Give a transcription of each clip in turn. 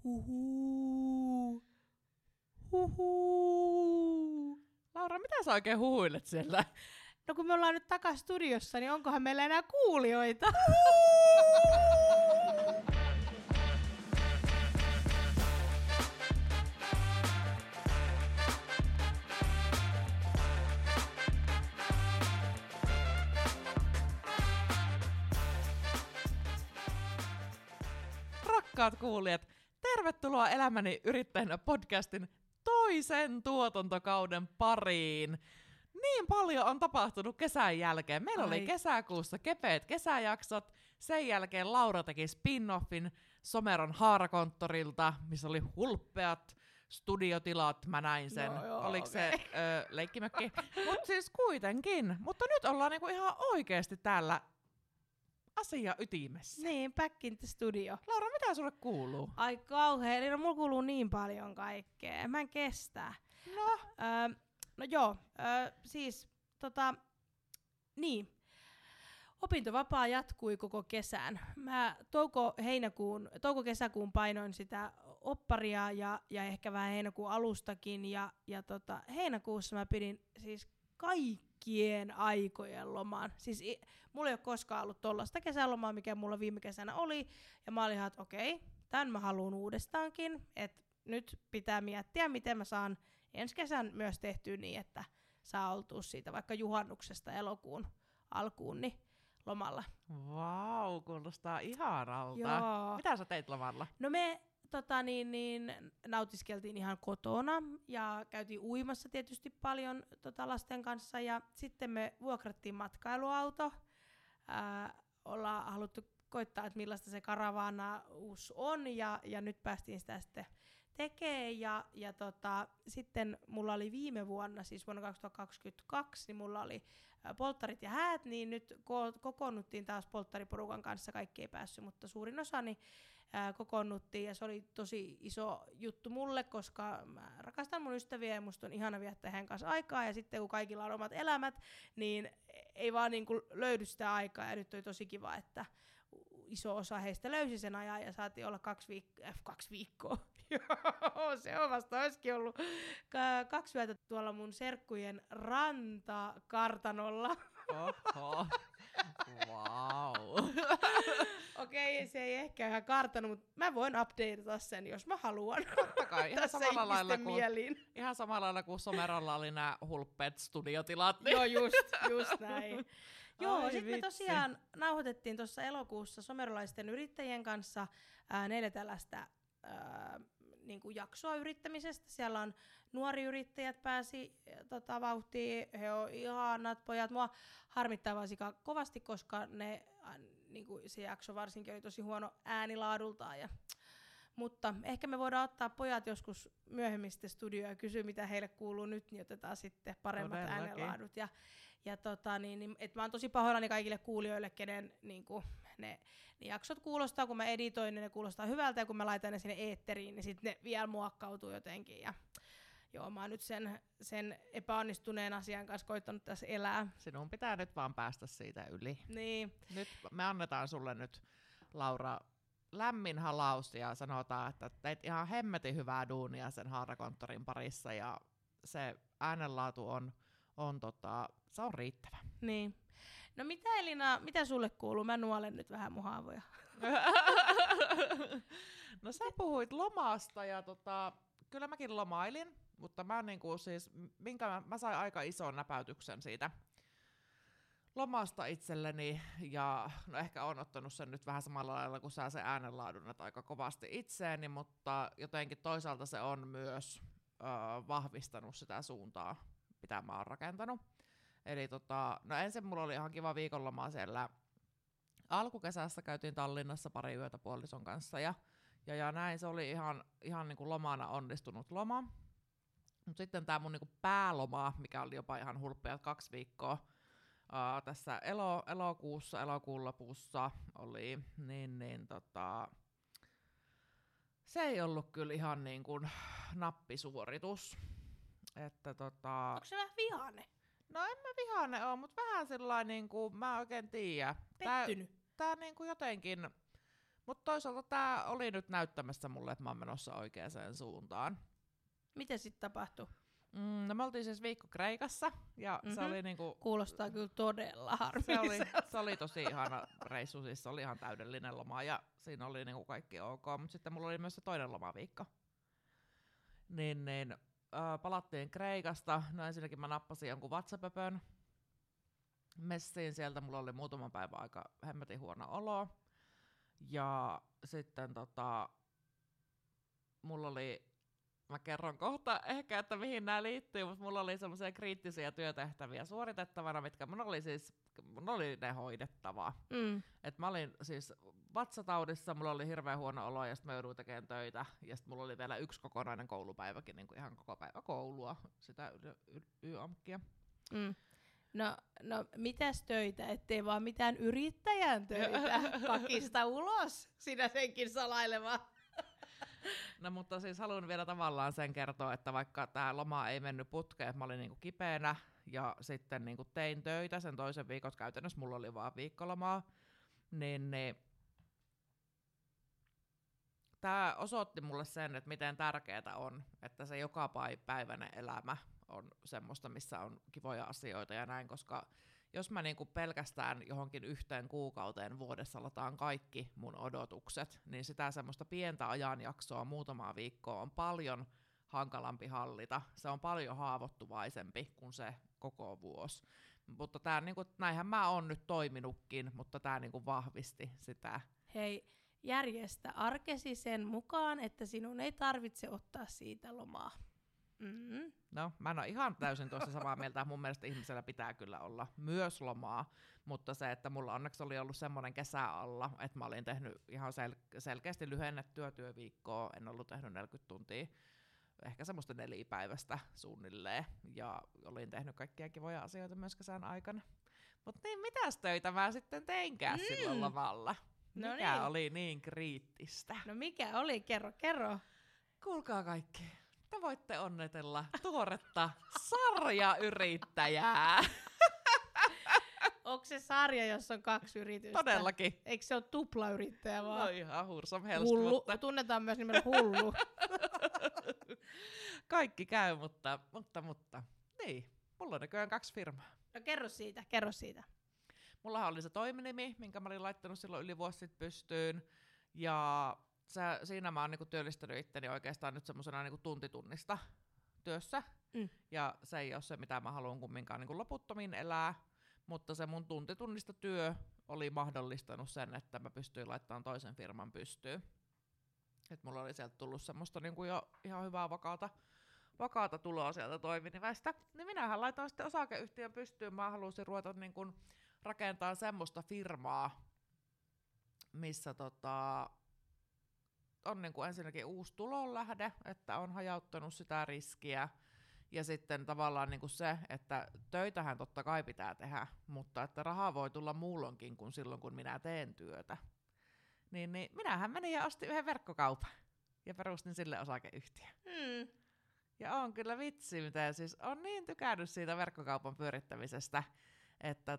Huhuu. Huhuu. Laura, mitä sä oikein huhuilet siellä? No kun me ollaan nyt takas studiossa, niin onkohan meillä enää kuulijoita? Rakkaat kuulijat, tervetuloa Elämäni yrittäjänä podcastin toisen tuotantokauden pariin. Niin paljon on tapahtunut kesän jälkeen. Meillä oli kesäkuussa kepeät kesäjaksot. Sen jälkeen Laura teki spin-offin Someron haarakonttorilta, missä oli hulppeat studiotilat, mä näin sen. Oliko se leikkimökki? Mutta siis kuitenkin. Mutta nyt ollaan niinku ihan oikeasti täällä asia ytimessä. Niin, back in the studio. Laura, mitä sulle kuuluu? Ai kauhea, eli no mulla kuuluu niin paljon kaikkea. Mä en kestä. No? No joo, siis niin. Opintovapaa jatkui koko kesän. Mä touko-kesäkuun painoin sitä opparia ja ehkä vähän heinäkuun alustakin. Ja heinäkuussa mä pidin siis kaikkien aikojen loman. Siis mulla ei ole koskaan ollut tollaista kesälomaa, mikä mulla viime kesänä oli. Ja mä olin ihan, että okei, tämän mä haluun uudestaankin. Että nyt pitää miettiä, miten mä saan ensi kesän myös tehtyä niin, että saa oltua siitä vaikka juhannuksesta elokuun alkuun niin lomalla. Vau, kuulostaa ihanalta. Joo. Mitä sä teit lomalla? No me nautiskeltiin ihan kotona ja käytiin uimassa tietysti paljon lasten kanssa ja sitten me vuokrattiin matkailuauto. Ollaan haluttu koittaa, että millaista se karavaanaus on ja nyt päästiin sitä sitten tekee ja sitten mulla oli viime vuonna, siis vuonna 2022, niin mulla oli polttarit ja häät, niin nyt kokoonnuttiin taas polttariporukan kanssa, kaikki ei päässyt, mutta suurin osa niin kokoonnuttiin ja se oli tosi iso juttu mulle, koska mä rakastan mun ystäviä ja musta on ihana viettää heidän kanssa aikaa ja sitten kun kaikilla on omat elämät, niin ei vaan niin kuin löydy sitä aikaa ja nyt oli tosi kiva, että iso osa heistä löysi sen ajan ja saatiin olla 2 viikkoa. Joo, se on vasta olisikin ollut 2 yötä tuolla mun serkkujen rantakartanolla. Oho, wow. Okei, se ei ehkä ihan kartannut, mutta mä voin updateata sen, jos mä haluan. Totta kai, ihan samalla lailla kuin Somerolla oli nämä hulppeet studiotilat. Niin. Joo, just näin. Joo, sitten me tosiaan nauhoitettiin tuossa elokuussa somerolaisten yrittäjien kanssa 4 tällaista niinku jaksoa yrittämisestä. Siellä on nuori yrittäjät pääsi vauhtiin, he on ihanat pojat. Mua harmittaa vaan kovasti, koska niinku se jakso varsinkin oli tosi huono äänilaadultaan. Mutta ehkä me voidaan ottaa pojat joskus myöhemmin sitten studioon ja kysyä, mitä heille kuuluu nyt, niin otetaan sitten paremmat äänenlaadut. Et mä oon tosi pahoillani kaikille kuulijoille, kenen niinku, ne jaksot kuulostaa, kun mä editoin, niin ne kuulostaa hyvältä, ja kun mä laitan ne sinne eetteriin, niin sitten ne vielä muokkautuu jotenkin. Ja joo, mä oon nyt sen epäonnistuneen asian kanssa koittanut tässä elää. Sinun pitää nyt vaan päästä siitä yli. Niin. Nyt me annetaan sulle nyt, Laura, lämmin halaus ja sanotaan, että teit ihan hemmetin hyvää duunia sen haarakonttorin parissa ja se äänenlaatu se on riittävä. Niin. No mitä Elina, mitä sulle kuuluu? Mä nuolen nyt vähän mun haavoja. No sä puhuit lomasta ja kyllä mäkin lomailin, mutta mä mä sain aika ison näpäytyksen siitä lomasta itselleni, ja no ehkä on ottanut sen nyt vähän samalla lailla kuin sä se äänenlaadun aika kovasti itseeni, mutta jotenkin toisaalta se on myös vahvistanut sitä suuntaa, mitä mä oon rakentanut. Eli no ensin mulla oli ihan kiva viikonloma siellä alkukesässä, käytiin Tallinnassa pari yötä puolison kanssa, ja näin se oli ihan niin kuin lomana onnistunut loma. Mutta sitten tää mun niin kuin pääloma, mikä oli jopa ihan hulppeat 2 viikkoa, tässä elokuun lopussa oli, se ei ollut kyllä ihan niin kuin nappisuoritus. Että Onko se vähän vihane? No en mä vihane oo, mutta vähän sellainen niinku, mä oikein tiedä. Pettynyt? Tää niinku jotenkin, Mutta toisaalta tää oli nyt näyttämässä mulle, että mä oon menossa oikeaan suuntaan. Mitä sitten tapahtui? No me oltiin siis viikko Kreikassa, ja se oli niinku... Kuulostaa kyllä todella harmilliselta. Se oli tosi ihana reissu, siis se oli ihan täydellinen loma, ja siinä oli niinku kaikki ok, mutta sitten mulla oli myös se toinen lomaviikko. Palattiin Kreikasta, no ensinnäkin mä nappasin jonkun vatsapöpön messiin, sieltä mulla oli muutaman päivän aika hemmetin huono olo, ja sitten mulla oli... Mä kerron kohta ehkä, että mihin nämä liittyy, mutta mulla oli semmoisia kriittisiä työtehtäviä suoritettavana, mitkä mun oli ne hoidettava. Et mä olin siis vatsataudissa, mulla oli hirveän huono olo ja sitten mä jouduin tekemään töitä. Ja sitten mulla oli vielä yksi kokonainen koulupäiväkin, niin kuin ihan koko päivä koulua, sitä yamkkia. No mitäs töitä, ettei vaan mitään yrittäjän töitä, kakista ulos, sinä senkin salaileva. No mutta siis haluan vielä tavallaan sen kertoa, että vaikka tämä loma ei mennyt putkeen, että mä olin niinku kipeänä ja sitten niinku tein töitä sen toisen viikon, käytännössä mulla oli vaan viikkolomaa, niin tämä osoitti mulle sen, että miten tärkeää on, että se joka päiväinen elämä on semmoista, missä on kivoja asioita ja näin, koska jos mä niinku pelkästään johonkin yhteen kuukauteen vuodessa lataan kaikki mun odotukset, niin sitä semmoista pientä ajanjaksoa muutamaa viikkoa on paljon hankalampi hallita. Se on paljon haavoittuvaisempi kuin se koko vuosi. Mutta tää, niinku, näinhän mä oon nyt toiminutkin, mutta tämä niinku vahvisti sitä. Hei, järjestä arkesi sen mukaan, että sinun ei tarvitse ottaa siitä lomaa. Mm-hmm. No, mä en ole ihan täysin tuossa samaa mieltä. Mun mielestä ihmisellä pitää kyllä olla myös lomaa, mutta se, että mulla onneksi oli ollut semmoinen kesä alla, että mä olin tehnyt ihan selkeästi lyhennettyä työviikkoa, en ollut tehnyt 40 tuntia, ehkä semmoista 4 päivästä suunnilleen, ja olin tehnyt kaikkia kivoja asioita myös kesän aikana. Mutta niin, mitäs töitä mä sitten teinkään sillä lomalla? Mikä oli niin kriittistä? No mikä oli? Kerro. Kuulkaa kaikki. Te voitte onnetella tuoretta sarjayrittäjää. Onko se sarja, jossa on 2 yritystä? Todellakin. Eikö se ole tuplayrittäjä vaan? No ihan hursam helst, hullu. Mutta... Tunnetaan myös nimellä hullu. Kaikki käy, mutta. Niin, mulla on näköjään 2 firmaa. No kerro siitä. Mullahan oli se toiminimi, minkä mä olin laittanut silloin yli vuosi sitten pystyyn. Ja siinä mä oon niinku työllistänyt itteni oikeastaan nyt semmosena niinku tuntitunnista työssä. Ja se ei ole se, mitä mä haluan kumminkaan niinku loputtomiin elää. Mutta se mun tuntitunnista työ oli mahdollistanut sen, että mä pystyin laittamaan toisen firman pystyyn. Et mulla oli sieltä tullut semmoista niinku jo ihan hyvää vakaata tuloa sieltä toiminimestä. Niin minähän laitoin sitten osakeyhtiön pystyyn. Mä halusin ruveta niinku rakentaa semmoista firmaa, missä on niinku ensinnäkin uusi tulonlähde, että on hajauttanut sitä riskiä. Ja sitten tavallaan niinku se, että töitähän totta kai pitää tehdä, mutta että rahaa voi tulla muulloinkin kuin silloin, kun minä teen työtä. Niin minähän menin ja ostin yhden verkkokaupan ja perustin sille osakeyhtiön. Ja on kyllä vitsi, mitä siis on niin tykännyt siitä verkkokaupan pyörittämisestä, että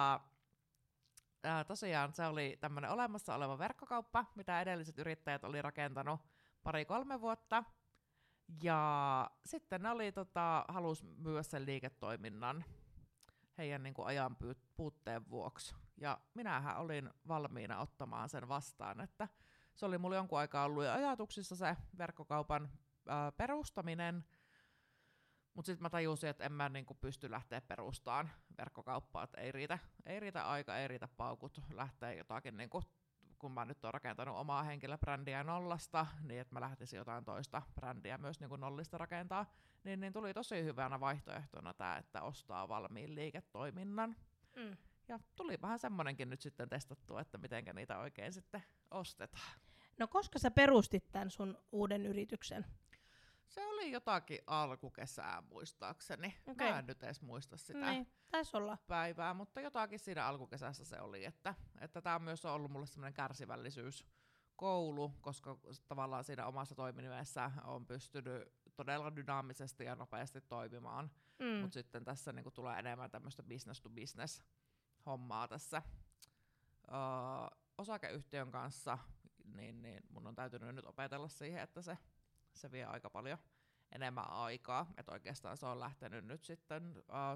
tosiaan se oli tämmöinen olemassa oleva verkkokauppa, mitä edelliset yrittäjät oli rakentanut 2-3 vuotta. Ja sitten ne oli halus myydä sen liiketoiminnan heidän niinku ajan puutteen vuoksi. Ja minähän olin valmiina ottamaan sen vastaan, että se oli mulla jonkun aikaa ollut jo ajatuksissa se verkkokaupan perustaminen. Mutta sitten mä tajusin, että en mä niinku pysty lähteä perustamaan verkkokauppaa, että ei riitä aika, ei riitä paukut lähteä jotakin, niinku, kun mä nyt oon rakentanut omaa henkilöbrändiä nollasta, niin että mä lähtisin jotain toista brändiä myös niinku nollista rakentaa, niin tuli tosi hyvänä vaihtoehtona tää, että ostaa valmiin liiketoiminnan. Ja tuli vähän semmonenkin nyt sitten testattua, että mitenkä niitä oikein sitten ostetaan. No koska sä perustit tän sun uuden yrityksen? Se oli jotakin alkukesää muistaakseni. Okay. Mä en nyt edes muista sitä taisi olla päivää, mutta jotakin siinä alkukesässä se oli. Että tää on myös ollut mulle semmoinen kärsivällisyyskoulu, koska tavallaan siinä omassa toiminimessä on pystynyt todella dynaamisesti ja nopeasti toimimaan. Mutta sitten tässä niinku tulee enemmän tämmöistä business to business hommaa tässä osakeyhtiön kanssa. niin mun on täytynyt nyt opetella siihen, että se vie aika paljon enemmän aikaa. Että oikeastaan se on lähtenyt nyt sitten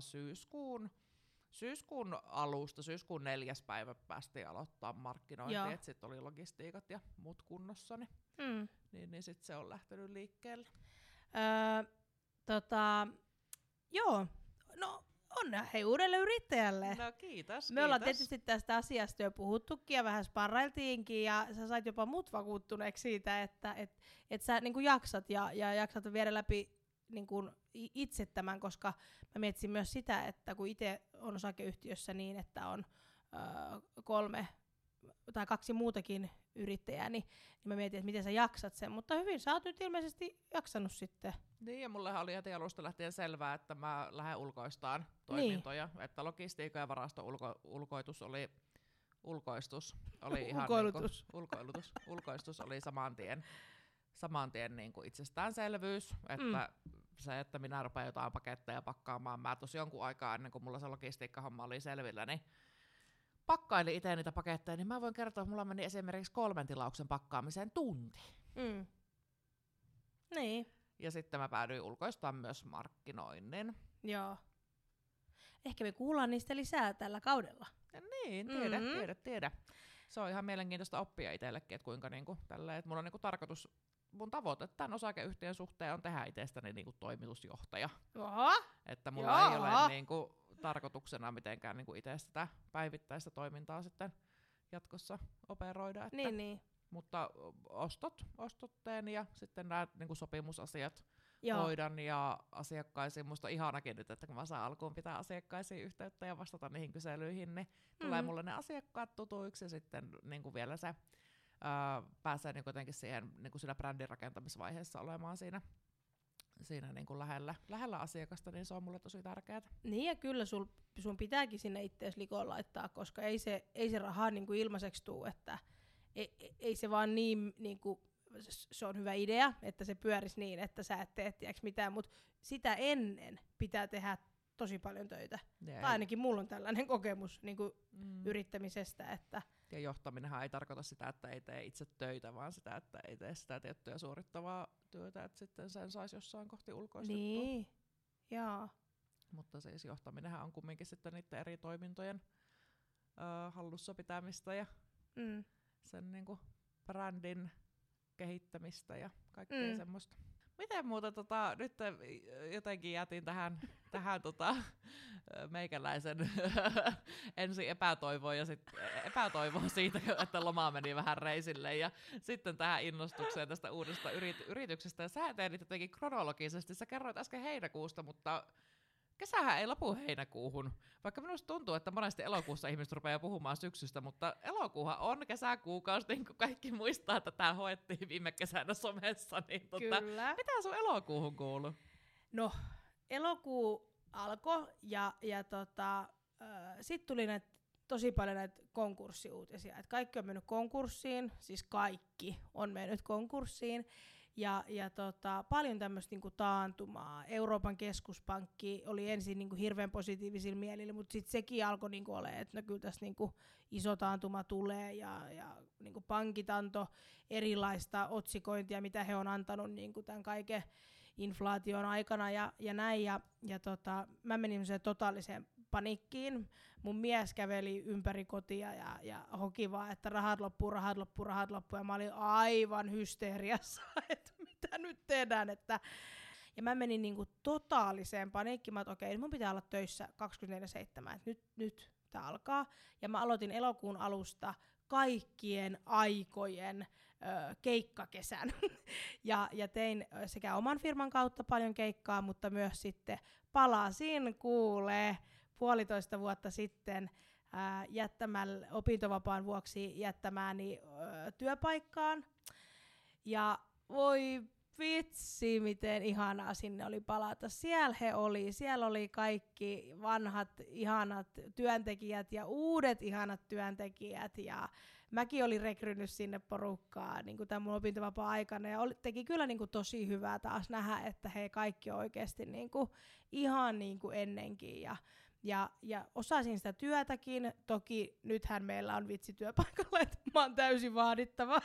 syyskuun alusta, syyskuun 4. päivä päästiin aloittaa markkinointi, että sitten oli logistiikat ja muut kunnossa, niin sitten se on lähtenyt liikkeelle. Joo, no onnea hei uudelle yrittäjälle. No kiitos. Me ollaan tietysti tästä asiasta jo puhuttukin ja vähän sparrailtiinkin ja sä sait jopa mut vakuuttuneeksi siitä, että sä niinku jaksat ja jaksat viedä läpi niinku itse tämän, koska mä miettisin myös sitä, että kun itse on osakeyhtiössä niin, että on 3 tai 2 muutakin yrittäjää, niin mä mietin, että miten sä jaksat sen, mutta hyvin sä oot nyt ilmeisesti jaksanut sitten. Niin, ja mullehan oli heti alusta lähtien selvää, että mä lähden ulkoistaan toimintoja, että logistiikka ja varasto-ulkoistus oli ihan ulkoistus oli saman tien niin kuin itsestäänselvyys, että se, että minä rupean jotain paketteja pakkaamaan, mä tosi jonkun aikaa ennen kuin mulla se logistiikkahomma oli selvillä, niin pakkailin itse niitä paketteja, niin mä voin kertoa, että mulla meni esimerkiksi 3 tilauksen pakkaamiseen tunti. Niin. Ja sitten mä päädyin ulkoistamaan myös markkinoinnin. Joo. Ehkä me kuullaan niistä lisää tällä kaudella. Ja niin, tiedä. Se on ihan mielenkiintoista oppia itsellekin, että kuinka niinku tälleen, että mulla on niinku tarkoitus, mun tavoite tämän osakeyhtiön suhteen on tehdä itsestäni niinku toimitusjohtaja. Oho. Että mulla ei ole niinku tarkoituksena mitenkään niinku itse sitä päivittäistä toimintaa sitten jatkossa operoida. Että Niin. Mutta ostot teen ja sitten nämä niinku sopimusasiat hoidan ja asiakkaisiin. Musta on ihanakin nyt, että kun mä saan alkuun pitää asiakkaisiin yhteyttä ja vastata niihin kyselyihin, niin tulee mulle ne asiakkaat tutuiksi ja sitten niinku vielä se pääsee niinku jotenkin siihen niinku siinä brändin rakentamisvaiheessa olemaan siinä niinku lähellä asiakasta, niin se on mulle tosi tärkeää. Niin ja kyllä sun pitääkin sinne ittees likoon laittaa, koska ei se rahaa niinku ilmaiseksi tuu, että ei se vaan niinku, se on hyvä idea, että se pyörisi niin, että sä et tee mitään, mutta sitä ennen pitää tehdä tosi paljon töitä. Tai ainakin mulla on tällainen kokemus niinku yrittämisestä. Että ja johtaminenhan ei tarkoita sitä, että ei tee itse töitä, vaan sitä, että ei tee sitä tiettyä suorittavaa työtä, että sitten sen saisi jossain kohti ulkoistettua. Niin, jaa. Mutta siis johtaminenhan on kumminkin sitten niiden eri toimintojen hallussa pitämistä ja sen niinku brändin kehittämistä ja kaikkea semmoista. Miten muuta nyt jotenkin jätin tähän meikäläisen ensin epätoivoa ja sitten epätoivoa siitä, että loma meni vähän reisille ja sitten tähän innostukseen tästä uudesta yrityksestä. Ja sä teet jotenkin kronologisesti. Sä kerroit äsken heinäkuusta, mutta kesähän ei lopu heinäkuuhun. Vaikka minusta tuntuu, että monesti elokuussa ihmiset rupeaa puhumaan syksystä, mutta elokuuhan on kesäkuukausi, niin kuin kaikki muistaa, että tämä hoettiin viime kesänä somessa. Niin Kyllä. Mitä sun elokuuhun kuuluu? No, elokuu alkoi ja sitten tuli tosi paljon näitä konkurssiuutisia. Et kaikki on mennyt konkurssiin, siis kaikki on mennyt konkurssiin. Ja paljon tämmöistä niinku taantumaa. Euroopan keskuspankki oli ensin niinku hirveän positiivisilla mielillä, mutta sitten sekin alkoi niinku olemaan, että no kyllä tässä niinku iso taantuma tulee ja niinku pankit antoi erilaista otsikointia, mitä he on antanut niinku tämän kaiken inflaation aikana ja näin. Ja mä menin totaaliseen panikkiin. Mun mies käveli ympäri kotia ja hoki vaan, että rahat loppuu. Ja mä olin aivan hysteeriassa, että mitä nyt tehdään. Ja mä menin niinku totaaliseen paniikkiin, että okei, mun pitää olla töissä 24/7, että nyt tää alkaa. Ja mä aloitin elokuun alusta kaikkien aikojen keikkakesän. ja tein sekä oman firman kautta paljon keikkaa, mutta myös sitten palasin 1,5 vuotta sitten jättämällä opintovapaan vuoksi jättämääni työpaikkaan. Ja voi vitsi, miten ihanaa sinne oli palata. Siellä oli kaikki vanhat ihanat työntekijät ja uudet ihanat työntekijät. Ja mäkin olin rekrynyt sinne porukkaa niin kuin tämän mun opintovapaan aikana. Ja teki kyllä niin kuin tosi hyvää taas nähdä, että he kaikki on oikeasti niin kuin, ihan niin kuin ennenkin. Ja osasin sitä työtäkin. Toki nythän meillä on vitsi työpaikalla, että mä oon täysin vaadittava.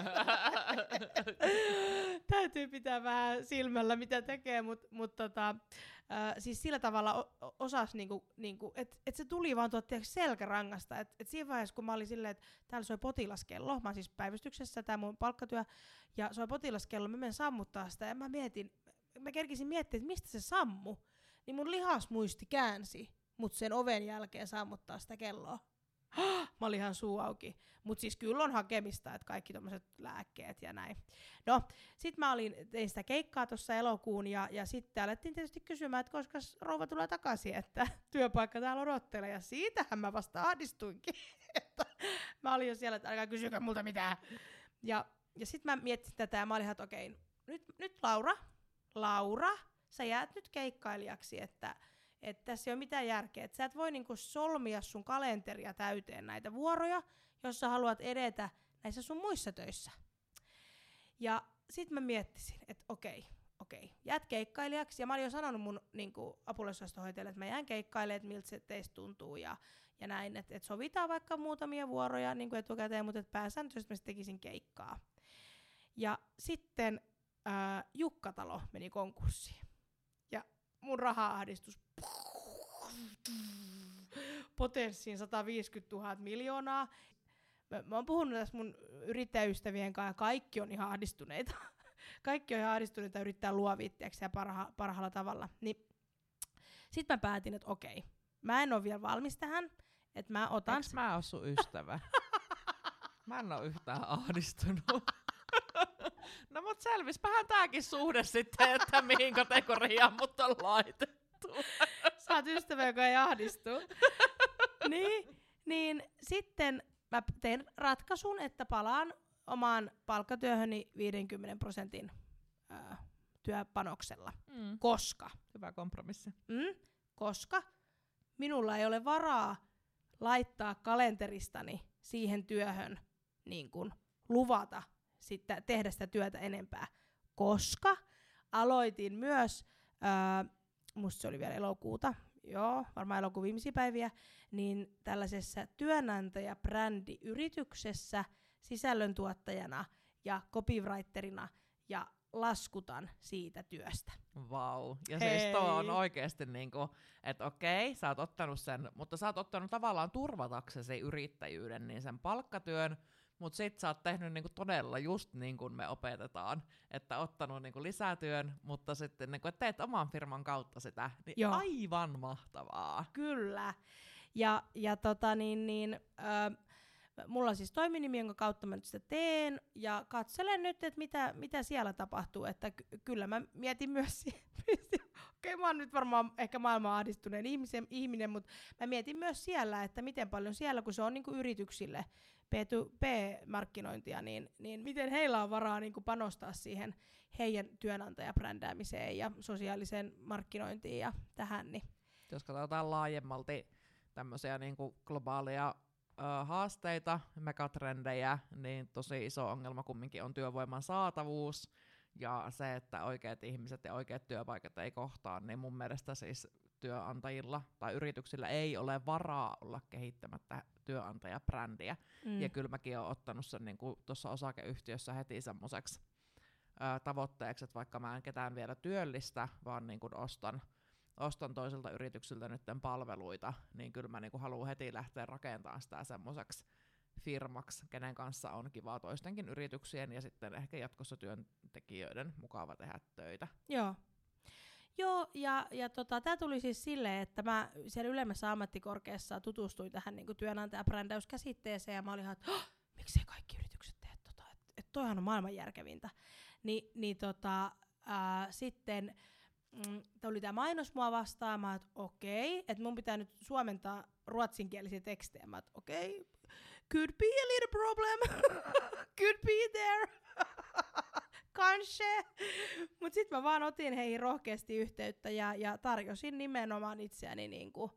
Täytyy pitää vähän silmällä, mitä tekee, mutta siis sillä tavalla osas, että se tuli vaan selkärangasta. Et siinä vaiheessa, kun mä olin silleen, että täällä soi potilaskello, mä oon siis päivystyksessä, tää mun palkkatyö, ja soi potilaskello, mä menen sammuttaa sitä, ja mä kerkisin miettiä, että mistä se sammu. Niin mun lihasmuisti käänsi mut sen oven jälkeen sammuttaa sitä kelloa. Mä olin ihan suu auki. Mut siis kyllä on hakemista, että kaikki tommoset lääkkeet ja näin. No, sit tein sitä keikkaa tuossa elokuun ja sitten alettiin tietysti kysymään, että koska rouva tulee takaisin, että työpaikka täällä odottelee. Ja siitähän mä vasta ahdistuinkin. Mä olin jo siellä, että älkää kysykää multa mitään. Ja sit mä miettin tätä ja mä olin, että okei, nyt Laura, sä jäät nyt keikkailijaksi, että tässä ei ole mitään järkeä. Että sä et voi niinku solmia sun kalenteria täyteen näitä vuoroja, jos sä haluat edetä näissä sun muissa töissä. Ja sit mä miettisin, että okei, jäät keikkailijaksi. Ja mä olin jo sanonut mun niinku apulaisosastohoitajalle, että mä jään keikkailemaan, että miltä se teistä tuntuu ja näin. Että sovitaan vaikka muutamia vuoroja niinku etukäteen, mutta pääsääntöisesti mä tekisin keikkaa. Ja sitten Jukkatalo meni konkurssiin. Ja mun raha-ahdistus potenssiin 150 000 miljoonaa. Mä oon puhunut tässä mun yrittäjäystävien kanssa ja kaikki on ihan ahdistuneita. Kaikki on ihan ahdistuneita ja yrittää luovia ja parhaalla tavalla. Niin sit mä päätin, että okei, mä en oo vielä valmis tähän. Että mä otan... Eiks mä oo sun ystävä? Mä en oo yhtään ahdistunut. No mut selvispähän tääkin suhde sitten, että mihin kategoriaan mut on laitettu. Sä oot ystävä, joka ei ahdistu. niin sitten mä tein ratkaisun, että palaan omaan palkkatyöhöni 50% työpanoksella. Koska? Hyvä kompromissi. Koska minulla ei ole varaa laittaa kalenteristani siihen työhön niin kun luvata sitten tehdä sitä työtä enempää, koska aloitin myös, musta se oli vielä elokuuta, varmaan elokuun viimeisiä päiviä, niin tällaisessa työnantajabrändiyrityksessä sisällöntuottajana ja copywriterina ja laskutan siitä työstä. Vau. Ja siis tuo on oikeesti niinku, että okei, sä oot ottanut sen, mutta sä oot ottanut tavallaan turvataksesi yrittäjyyden, niin sen palkkatyön, mut sit sä oot tehnyt niinku todella just niin kuin me opetetaan, että ottanut niinku lisätyön, mutta sitten niinku, että teet oman firman kautta sitä, niin joo. Aivan mahtavaa. Kyllä. Ja mulla on siis toiminimi, jonka kautta mä nyt sitä teen, ja katselen nyt, että mitä siellä tapahtuu, että kyllä mä mietin myös okei, mä oon nyt varmaan ehkä maailman ahdistuneen ihminen, mutta mä mietin myös siellä, että miten paljon siellä, kun se on niinku yrityksille B2B-markkinointia, niin miten heillä on varaa niinku panostaa siihen heidän työnantajabrändäämiseen ja sosiaaliseen markkinointiin ja tähän. Niin. Jos katsotaan laajemmalti tämmöisiä niinku globaaleja haasteita, megatrendejä, niin tosi iso ongelma kumminkin on työvoiman saatavuus ja se, että oikeat ihmiset ja oikeat työpaikat ei kohtaa, niin mun mielestä siis työnantajilla tai yrityksillä ei ole varaa olla kehittämättä työnantajabrändiä. Ja kyllä mäkin oon ottanut sen niin tuossa osakeyhtiössä heti semmoiseksi tavoitteeksi, että vaikka mä en ketään vielä työllistä, vaan niin ostan toiselta yrityksiltä nytten palveluita, niin kyllä mä niinku haluan heti lähteä rakentamaan sitä semmoiseksi firmaksi, kenen kanssa on kivaa toistenkin yrityksien ja sitten ehkä jatkossa työntekijöiden mukava tehdä töitä. Joo, ja tää tuli siis silleen, että mä siellä ylemmässä ammattikorkeassa tutustuin tähän niinku työnantajabrändäyskäsitteeseen ja mä olin että miksei kaikki yritykset tee että toihan on maailman järkevintä. Sitten tuli tää mainos mua vastaan, mä että okei, että mun pitää nyt suomentaa ruotsinkielisiä tekstejä. Mä että okei, could be a little problem, could be there, kanske. Mut sit mä vaan otin heihin rohkeasti yhteyttä ja tarjosin nimenomaan itseäni niinku,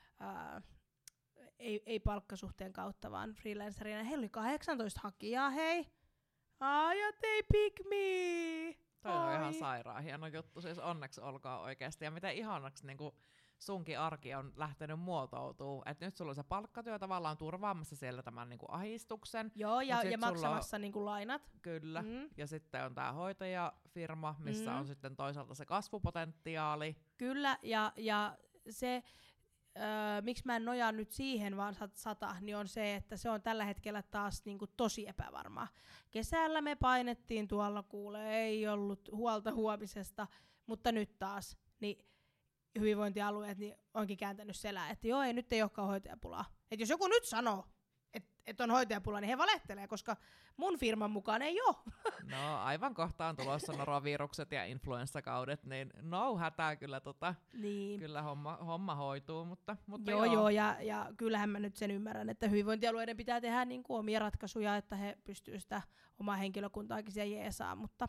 ei palkkasuhteen kautta, vaan freelancerina. Heillä oli 18 hakijaa, hei. Ja they pick me. Toi on ihan Ihan sairaan hieno juttu, siis onneksi olkoon oikeasti. Ja miten ihanaksi niinku sunkin arki on lähtenyt muotoutuu. Että nyt sulla on se palkkatyö tavallaan turvaamassa siellä tämän niinku ahdistuksen. Joo, ja maksamassa niinku lainat. Kyllä. Ja sitten on tää hoitajafirma, missä on sitten toisaalta se kasvupotentiaali. Kyllä, ja se, miksi mä en nojaa nyt siihen vaan 100, niin on se, että se on tällä hetkellä taas niinku tosi epävarmaa. Kesällä me painettiin tuolla, ei ollut huolta huomisesta, mutta nyt taas, niin hyvinvointialueet niin onkin kääntänyt selää, että joo, nyt ei olekaan hoitajapulaa. Että jos joku nyt sanoo, että on hoitajapula, niin he valehtelee, koska mun firman mukaan ei ole. No aivan kohta on tulossa norovirukset ja influenssakaudet, niin no hätää kyllä niin. Kyllä homma hoituu, mutta joo. Ja kyllähän mä nyt sen ymmärrän, että hyvinvointialueiden pitää tehdä niin kuin omia ratkaisuja, että he pystyy sitä omaa henkilökuntaakin siellä jeesaa, mutta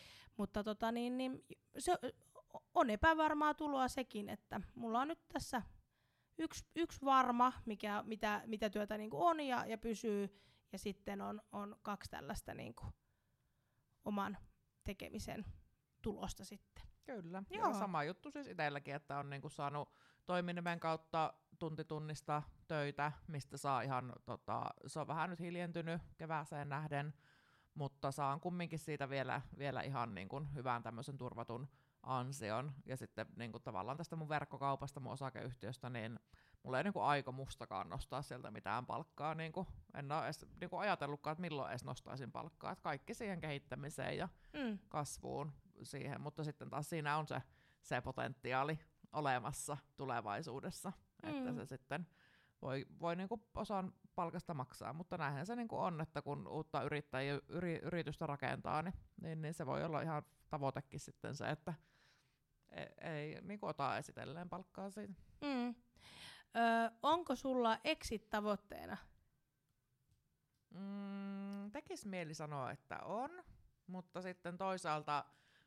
se on epävarmaa tuloa sekin, että mulla on nyt tässä yksi varma, mitä työtä niinku on ja pysyy, ja sitten on 2 tällaista niinku oman tekemisen tulosta sitten. Kyllä, ja sama juttu siis itselläkin, että on niinku saanut toiminimen kautta tuntitunnista töitä, mistä saa ihan, se on vähän nyt hiljentynyt kevääseen nähden, mutta saan kumminkin siitä vielä ihan niinku hyvän tämmöisen turvatun ansion, ja sitten niinku tavallaan tästä mun verkkokaupasta, mun osakeyhtiöstä, niin mulla ei niinku aikomustakaan nostaa sieltä mitään palkkaa, niinku, en ole edes niinku ajatellutkaan, että milloin edes nostaisin palkkaa, että kaikki siihen kehittämiseen ja kasvuun siihen, mutta sitten taas siinä on se potentiaali olemassa tulevaisuudessa, että se sitten voi niinku osan palkasta maksaa, mutta näinhän se niinku on, että kun uutta yritystä rakentaa, niin se voi olla ihan tavoitekin sitten se, että ei niinku ota esitelleen palkkaa siitä. Onko sulla exit-tavoitteena? Tekis mieli sanoa, että on, mutta sitten toisaalta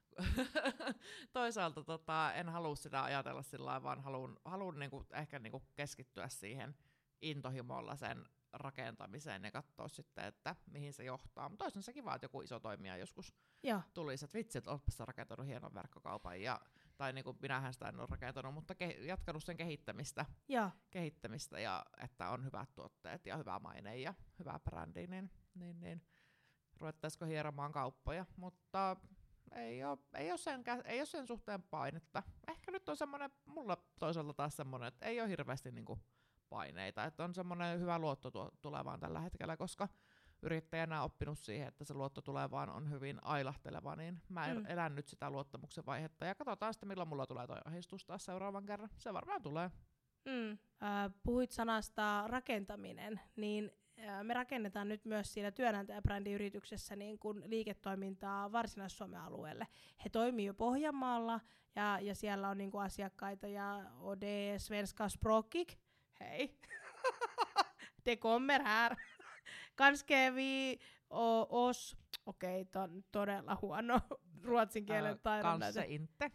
en halua sitä ajatella sillä vaan haluan niinku ehkä niinku keskittyä siihen intohimolla sen rakentamiseen ja katsoa sitten, että mihin se johtaa. Mutta olisi se kiva, että joku iso toimija joskus tulisi, että vitsi, että oletpa rakentanut hienon verkkokaupan, tai niin kuin minähän sitä en ole rakentanut, mutta jatkanut sen kehittämistä ja että on hyvät tuotteet ja hyvä maine ja hyvä brändi, niin ruvettaisiko hieromaan kauppoja, mutta ei ole sen suhteen painetta. Ehkä nyt on semmoinen, mulla toisaalta taas semmoinen, että ei ole hirveästi niinku paineita, että on semmoinen hyvä luotto tulevaan tällä hetkellä, koska yrittäjänä on oppinut siihen, että se luotto tulevaan on hyvin ailahteleva, niin mä elän nyt sitä luottamuksen vaihetta ja katsotaan sitten, milloin mulla tulee toi ahdistus taas seuraavan kerran. Se varmaan tulee. Puhuit sanasta rakentaminen, niin me rakennetaan nyt myös siinä työnantajabrändiyrityksessä niin kun liiketoimintaa Varsinais-Suomen alueelle. He toimii jo Pohjanmaalla ja siellä on niin kun asiakkaita ja Ode Svenska Språkig. Hei. Det kommer här. Kanske vi oss. Okei, on todella huono ruotsin kielen taidon. Kanske inte.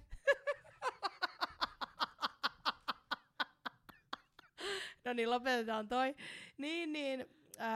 No niin, lopetetaan toi. Niin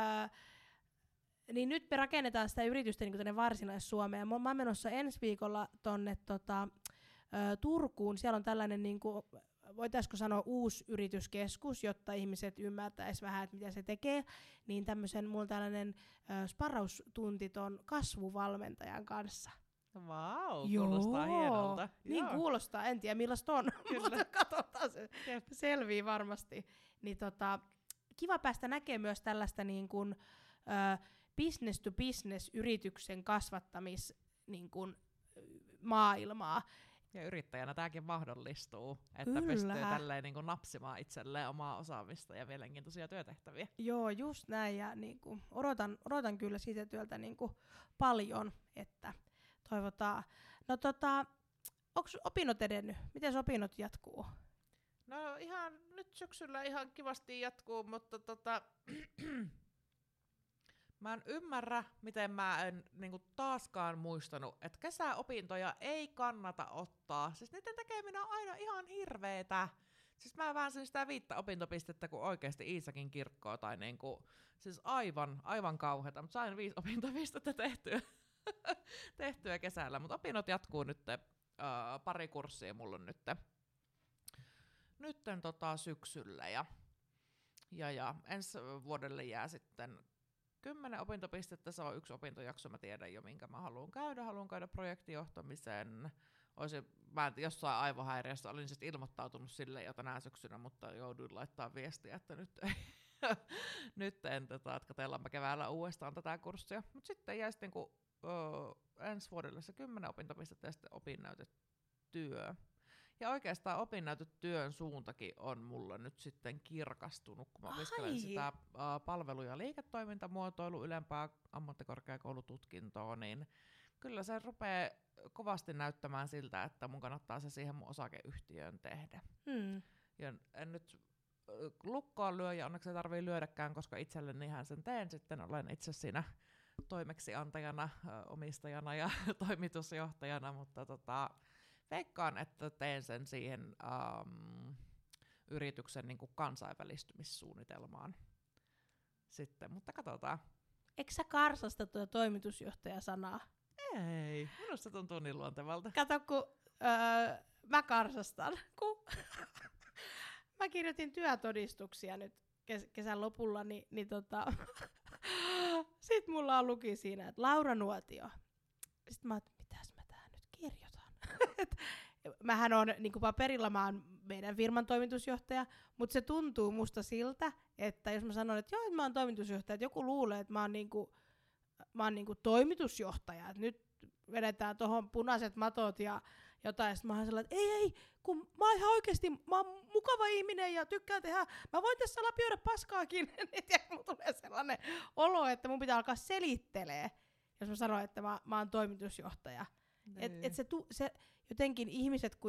nyt me rakennetaan sitä yritystä niin tänne Varsinais-Suomeen. Mä oon menossa ensi viikolla tonne Turkuun. Siellä on tällainen, niin kuin, voitaisiko sanoa uusi yrityskeskus, jotta ihmiset ymmärtäis vähän, että mitä se tekee. Niin mulla on tällainen sparraustunti ton kasvuvalmentajan kanssa. Vau, kuulostaa hienolta. Niin joo. Kuulostaa, en tiedä millaista on, mutta katsotaan, se selvii varmasti. Niin kiva päästä näkemään myös tällaista niin kuin, business to business yrityksen kasvattamis niin kuin, maailmaa. Ja yrittäjänä tämäkin mahdollistuu, että pystyy tälleen niin kuin napsimaan itselleen omaa osaamista ja mielenkiintoisia työtehtäviä. Joo, just näin, ja niin kuin, odotan kyllä siitä työltä niin kuin, paljon, että toivotaan. No onko opinnot edennyt? Miten opinnot jatkuu? No ihan nyt syksyllä ihan kivasti jatkuu, mutta mä en ymmärrä, miten mä en niinku taaskaan muistanut, että kesäopintoja ei kannata ottaa. Siis niiden tekeminen on aina ihan hirveetä. Siis mä väänsin sitä 5 opintopistettä kuin oikeasti Iisakin kirkkoa tai niinku, siis aivan kauheeta, mutta sain 5 opintopistettä tehtyä. tehtyä kesällä, mutta opinnot jatkuu nyt, pari kurssia mulla on nytten syksyllä ja ensi vuodelle jää sitten 10 opintopistettä, se on 1 opintojakso, mä tiedän jo minkä mä haluan käydä projektijohtamisen. Mä jossain aivohäiriössä olin sitten ilmoittautunut sille jo tänä syksynä, mutta jouduin laittaa viestiä, että nyt en katsellaanpa keväällä uudestaan tätä kurssia. Mutta sitten jäi sitten ensi vuodelle se 10 opintopistettä ja sitten opinnäytetyö. Ja oikeastaan opinnäytetyön suuntakin on mulla nyt sitten kirkastunut, kun mä opiskelen sitä palvelu- ja liiketoimintamuotoilu ylempää ammattikorkeakoulututkintoa, niin kyllä se rupeaa kovasti näyttämään siltä, että mun kannattaa se siihen mun osakeyhtiöön tehdä. Ja en nyt lukkoon lyö, ja onneksi ei tarvii lyödäkään, koska itsellenihän sen teen. Sitten olen itse siinä toimeksiantajana, omistajana ja toimitusjohtajana, mutta veikkaan, että teen sen siihen yrityksen niin kuin kansainvälistymissuunnitelmaan sitten, mutta katsotaan. Eikö sä karsasta tuota toimitusjohtaja-sanaa? Ei, minusta tuntuu niin luontevalta. Kato, kun mä karsastan, kun mä kirjoitin työtodistuksia nyt kesän lopulla, sit mulla luki siinä, että Laura Nuotio. Sitten mä ajattelin, mitäs mä tää nyt kirjoitan? Mähän on niinku paperilla, mä oon meidän firman toimitusjohtaja, mutta se tuntuu musta siltä, että jos mä sanon, että joo, mä oon toimitusjohtaja, että joku luulee, että mä oon niinku toimitusjohtaja, että nyt vedetään tohon punaiset matot ja jotain, sitten mä oon sellainen, että ei, kun mä oon ihan oikeesti, mä oon mukava ihminen ja tykkään tehdä, mä voin tässä lapioida paskaakin, ja mulla tulee sellainen olo, että mun pitää alkaa selittelee, jos mä sanon, että mä oon toimitusjohtaja. Et se jotenkin ihmiset,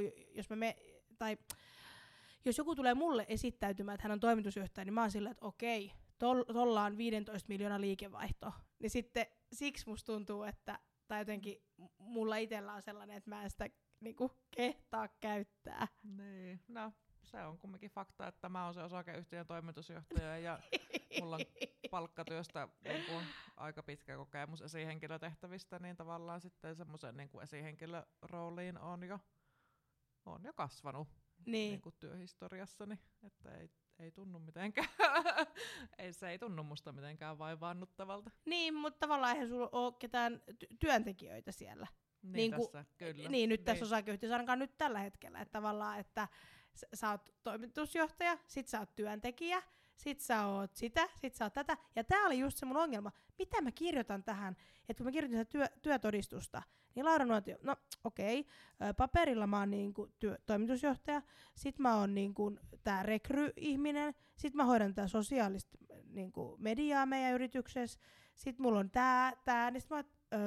jos joku tulee mulle esittäytymään, että hän on toimitusjohtaja, niin mä oon silleen, että okei, tolla on 15 miljoonaa liikevaihto. Niin sitten siksi musta tuntuu, että tai jotenkin mulla itsellä on sellainen, että mä en sitä niinku kehtaa käyttää. Niin, no se on kumminkin fakta, että mä oon se osakeyhtiön toimitusjohtaja ja mulla on palkkatyöstä niinku aika pitkä kokemus esihenkilötehtävistä, niin tavallaan sitten semmoisen niinku esihenkilörooliin on jo kasvanut niinku työhistoriassani, että ei tunnu mitenkään, se ei tunnu musta mitenkään vaivaannuttavalta. Niin, mutta tavallaan eihän sulla ole ketään työntekijöitä siellä. Niin tässä, kyllä. Niin, nyt tässä osakeyhtiössä ainakaan nyt tällä hetkellä, että tavallaan, että sä oot toimitusjohtaja, sit sä oot työntekijä, sit sä oot sitä, sit sä oot tätä. Ja tää oli just se mun ongelma. Mitä mä kirjoitan tähän? Että kun mä kirjoitin sitä työtodistusta, niin Laura Nuotio, no okei, paperilla mä oon niinku toimitusjohtaja, sit mä oon niinku tää rekry-ihminen, sit mä hoidan tää sosiaalista niinku mediaa meidän yrityksessä, sit mulla on tää, niin sit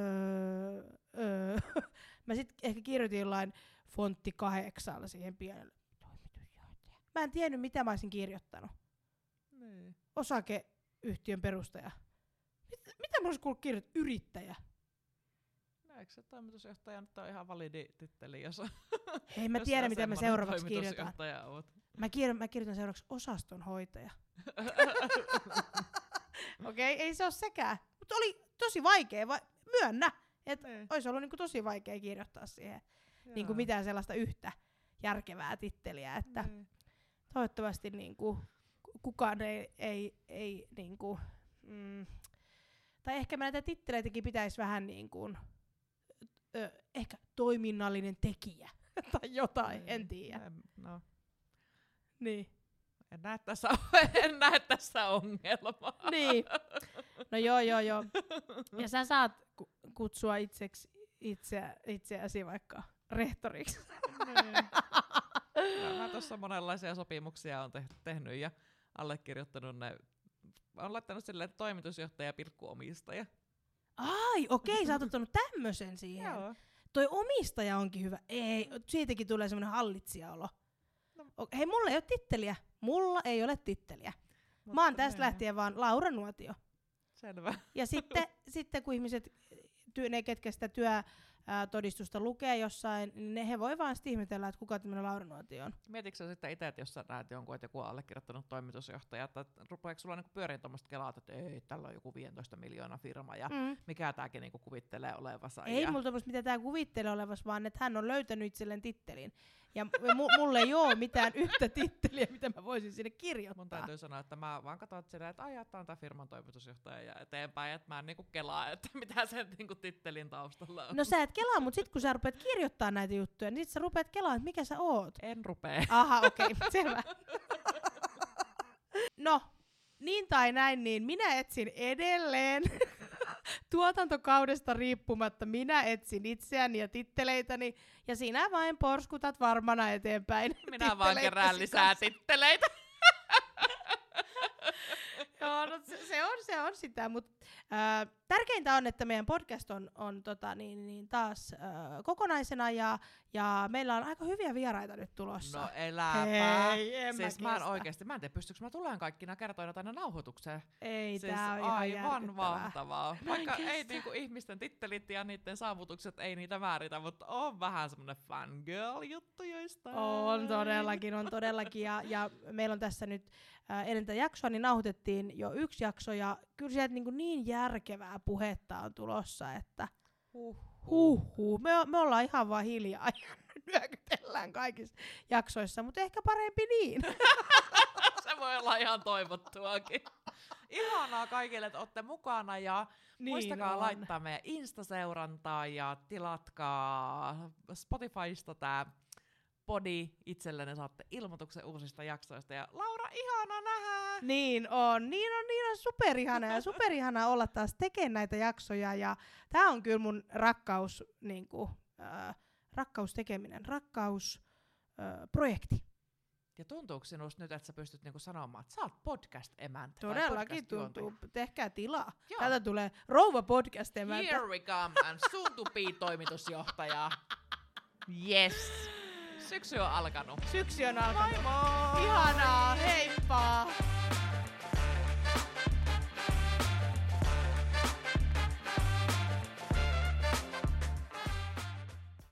mä sit ehkä kirjoitin jollain fontti 8 siihen pienelle toimitusjohtaja. Mä en tiennyt, mitä mä olisin kirjoittanut. Niin. Osakeyhtiön perustaja. Mitä mä olisin kuullut kirjoittaa? Yrittäjä. No, eikö se toimitusjohtaja nyt ole ihan validi titteli, jos Hei, mä tiedän, mitä mä seuraavaksi kirjoitan. Mä kirjoitan seuraavaksi osastonhoitaja. Okei, ei se ole sekään. Mutta oli tosi vaikea, myönnä, että olisi ollut niinku tosi vaikea kirjoittaa siihen niinku mitään sellaista yhtä järkevää titteliä, että toivottavasti niinku kukaan ei niinku, tai ehkä mä näitä titteleitäkin pitäisi vähän niinku, ehkä toiminnallinen tekijä tai jotain, en tiedä. No. Niin. En näe tässä ongelmaa. Niin. No joo. Ja sä saat kutsua itseäsi vaikka rehtoriksi. Niin. Mä tuossa monenlaisia sopimuksia on tehnyt ja allekirjoittanut ne. Olen laittanut silleen, että toimitusjohtaja pilkkuomistaja. Ai, okei, sä oot ottanut tämmösen siihen. Joo. Toi omistaja onkin hyvä. Ei, siitäkin tulee semmoinen hallitsijaolo. No. Hei, mulla ei ole titteliä. Mulla ei ole titteliä. Mutta mä oon tästä lähtien vaan Laura Nuotio. Selvä. Ja sitten kun ihmiset, ne ketkä sitä todistusta lukee jossain, niin he voi vaan ihmetellä, että kuka tämmöinen Laura Nuoti on. Mietitkö sä sitten itse, että jos sä näet jonkun, että joku on allekirjoittanut toimitusjohtaja, että rupeeko sulla niinku pyöriin tuommoista kelaa, että ei, tällä on joku 15 miljoonaa firma ja mikä tääkin niinku kuvittelee olevansa. Ei mulla tommoista, mitä tää kuvittelee olevassa, vaan että hän on löytänyt itselleen tittelin. Ja mulla ei oo mitään yhtä titteliä, mitä mä voisin sinne kirjoittaa. Mun täytyy sanoa, että mä vaan katson silleen, että tää on tää firman toimitusjohtaja ja eteenpäin, että mä en niinku kelaa, että mitä sen niinku tittelin taustalla on. No sä et kelaa, mut sit kun sä rupeat kirjoittaa näitä juttuja, niin sit sä rupeat kelaa, että mikä sä oot. En rupee. Aha, okei, selvä. No, niin tai näin, niin minä etsin edelleen tuotantokaudesta riippumatta, minä etsin itseäni ja titteleitäni, ja sinä vain porskutat varmana eteenpäin. Minä vaan kerään lisää titteleitä. Joo, no se on sitä, mutta tärkeintä on, että meidän podcast on taas kokonaisena ja meillä on aika hyviä vieraita nyt tulossa. No eläpä. Hei, en siis mä en tiedä, pystyykö mä tulemaan kaikkina kertoina tänne nauhoitukseen. Ei, siis tää on ihan aivan mahtavaa. Vaikka kestä. ei niinku ihmisten tittelit ja niiden saavutukset ei niitä määritä, mutta on vähän semmonen fangirl-juttu joistain. On todellakin. Ja meillä on tässä nyt ennen tätä jaksoa, niin nauhoitettiin jo 1 jakso, ja kyllä sieltä niin järkevää puhetta on tulossa, että me ollaan ihan vaan hiljaa ja nyökytellään kaikissa jaksoissa, mutta ehkä parempi niin. Se voi olla ihan toivottuakin. Ihanaa kaikille, että olette mukana ja Niin muistakaa on. laittaa meidän Insta-seurantaa ja tilatkaa Spotifysta tää podi. Itsellenne saatte ilmoituksen uusista jaksoista. Ja Laura, ihana nähdä! Niin on superihanaa olla taas tekemään näitä jaksoja, ja tää on kyllä mun rakkausprojekti. Ja tuntuuko sinusta nyt, että sä pystyt niinku sanomaan, että sä oot podcast-emäntä? Todellakin tuntuu. Tehkää tilaa. Joo. Täältä tulee rouva podcast-emäntä. Here we come, and soon to be toimitusjohtaja. Yes. Syksy on alkanut. Syksy on alkanut. Moi moi! Ihanaa, heippa!